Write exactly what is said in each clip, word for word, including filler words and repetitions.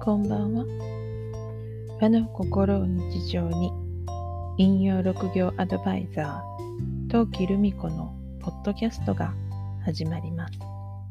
こんばんは。和の心を日常に引用ろく行アドバイザー陶器留美子のポッドキャストが始まります。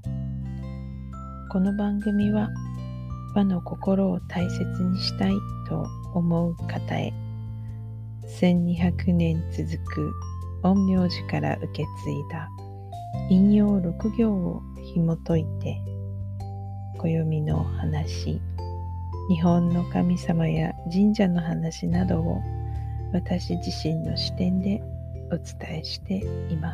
この番組は和の心を大切にしたいと思う方へ、せんにひゃくねん続く陰陽師から受け継いだ引用ろく行を紐解いて、暦の話、日本の神様や神社の話などを私自身の視点でお伝えしています。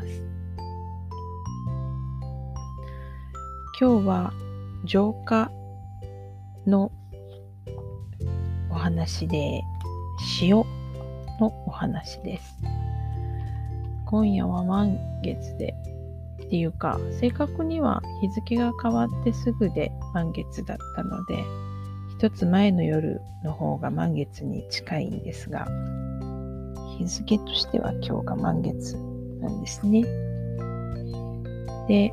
今日は浄化のお話で、塩のお話です。今夜は満月でっていうか、正確には日付が変わってすぐで満月だったので、一つ前の夜の方が満月に近いんですが、日付としては今日が満月なんですね。で、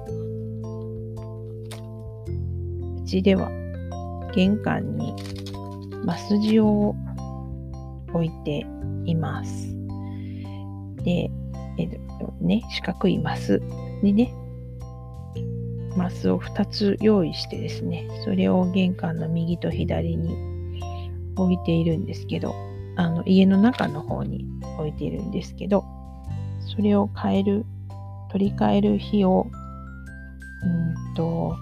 うちでは玄関にマスジを置いています。で、えっとね、四角いマスにね、マスをふたつ用意してですね、それを玄関の右と左に置いているんですけど、あの家の中の方に置いているんですけど、それを変える、取り替える日を、うんと、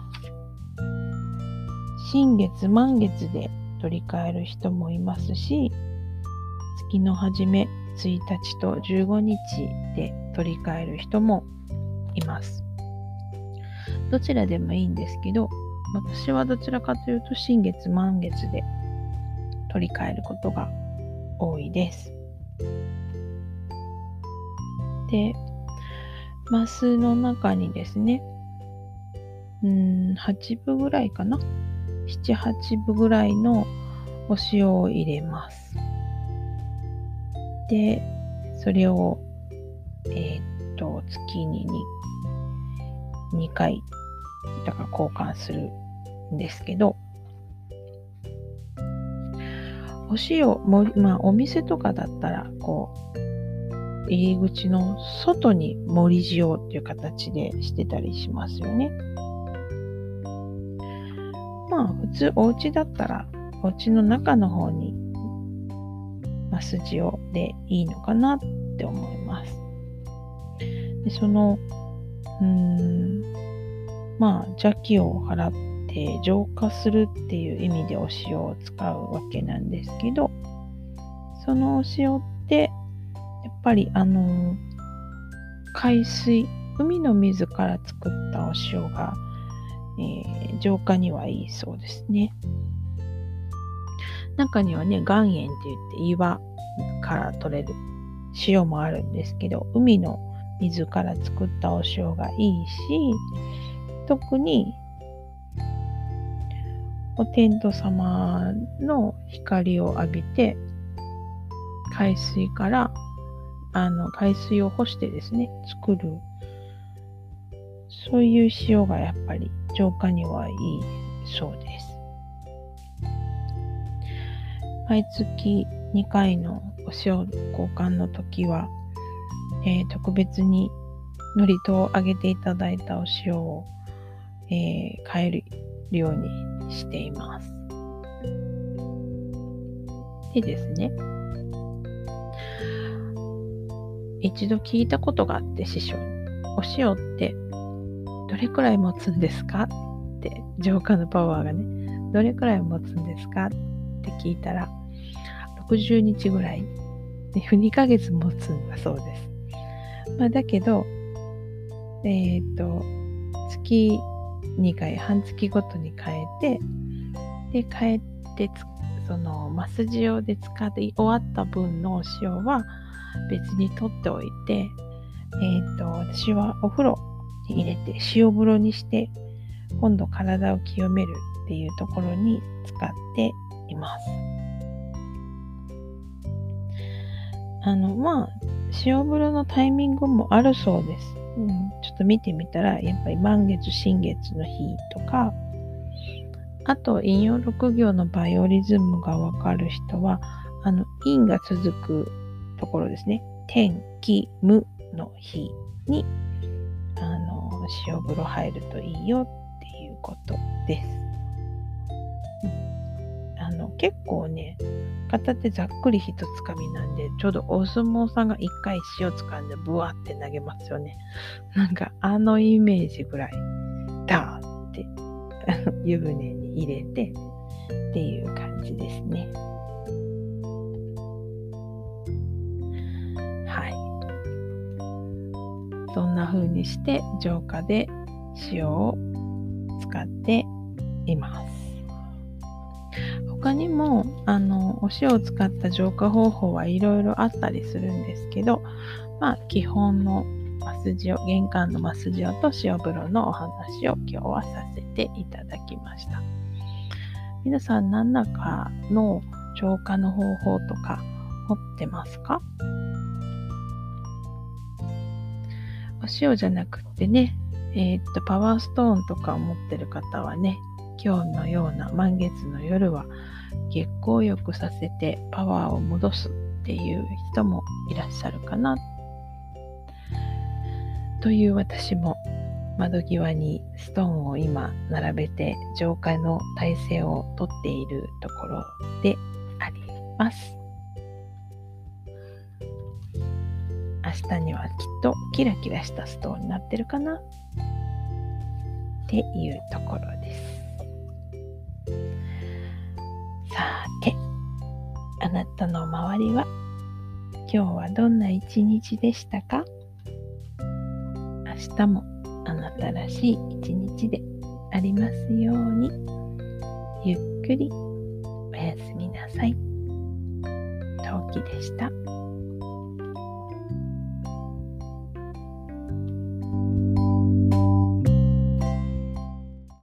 新月、満月で取り替える人もいますし、月の初めついたちとじゅうごにちで取り替える人もいます。どちらでもいいんですけど、私はどちらかというと新月満月で取り替えることが多いです。で、マスの中にですね、うーん、はちぶぐらいかな、なな、はちぶぐらいのお塩を入れます。で、それをえー、っと月ににかいだから交換するんですけど、お塩も、まあお店とかだったらこう入り口の外に盛り塩っていう形でしてたりしますよね。まあ普通お家だったらお家の中の方にマス塩でいいのかなって思います。で、そのうーんまあ邪気を払って浄化するっていう意味でお塩を使うわけなんですけど、そのお塩ってやっぱりあの海水、海の水から作ったお塩が、えー、浄化にはいいそうですね。中にはね、岩塩って言って岩から取れる塩もあるんですけど、海の水から作ったお塩がいいし、特にお天道様の光を浴びて海水からあの海水を干してですね作る、そういう塩がやっぱり浄化にはいいそうです。毎月にかいのお塩交換の時は、えー、特別に祝詞をあげていただいたお塩を、えー、変えるようにしています。でですね、一度聞いたことがあって、師匠にお塩ってどれくらい持つんですかって、浄化のパワーがねどれくらい持つんですかって聞いたら、ろくじゅうにちぐらいにかげつ持つんだそうです。まあ、だけどえっと月にかい、半月ごとに変えて、で変えてそのマス塩で使って終わった分のお塩は別に取っておいて、えっと私はお風呂に入れて塩風呂にして、今度体を清めるっていうところに使っています。あのまあ塩風呂のタイミングもあるそうです。うん、ちょっと見てみたらやっぱり満月新月の日とか、 あと引用ろく行のバイオリズムがわかる人は、あの陰が続くところですね。天気無の日にあの塩風呂入るといいよっていうことです。あの結構ね、片手ざっくり一つかみなんで、ちょうどお相撲さんが一回塩掴んでブワって投げますよね。なんかあのイメージぐらいダーって湯船に入れてっていう感じですね。はい。そんな風にして浄化で塩を使っています。他にもあのお塩を使った浄化方法はいろいろあったりするんですけど、まあ基本のマスジオ、玄関のマスジオと塩風呂のお話を今日はさせていただきました。皆さん何らかの浄化の方法とか持ってますか？お塩じゃなくってね、えー、っとパワーストーンとかを持ってる方はね、今日のような満月の夜は月光浴させてパワーを戻すっていう人もいらっしゃるかなという、私も窓際にストーンを今並べて浄化の体勢をとっているところであります。明日にはきっとキラキラしたストーンになってるかなっていうところです。さて、あなたの周りは今日はどんな一日でしたか？明日もあなたらしい一日でありますように。ゆっくりおやすみなさい。陶器でした。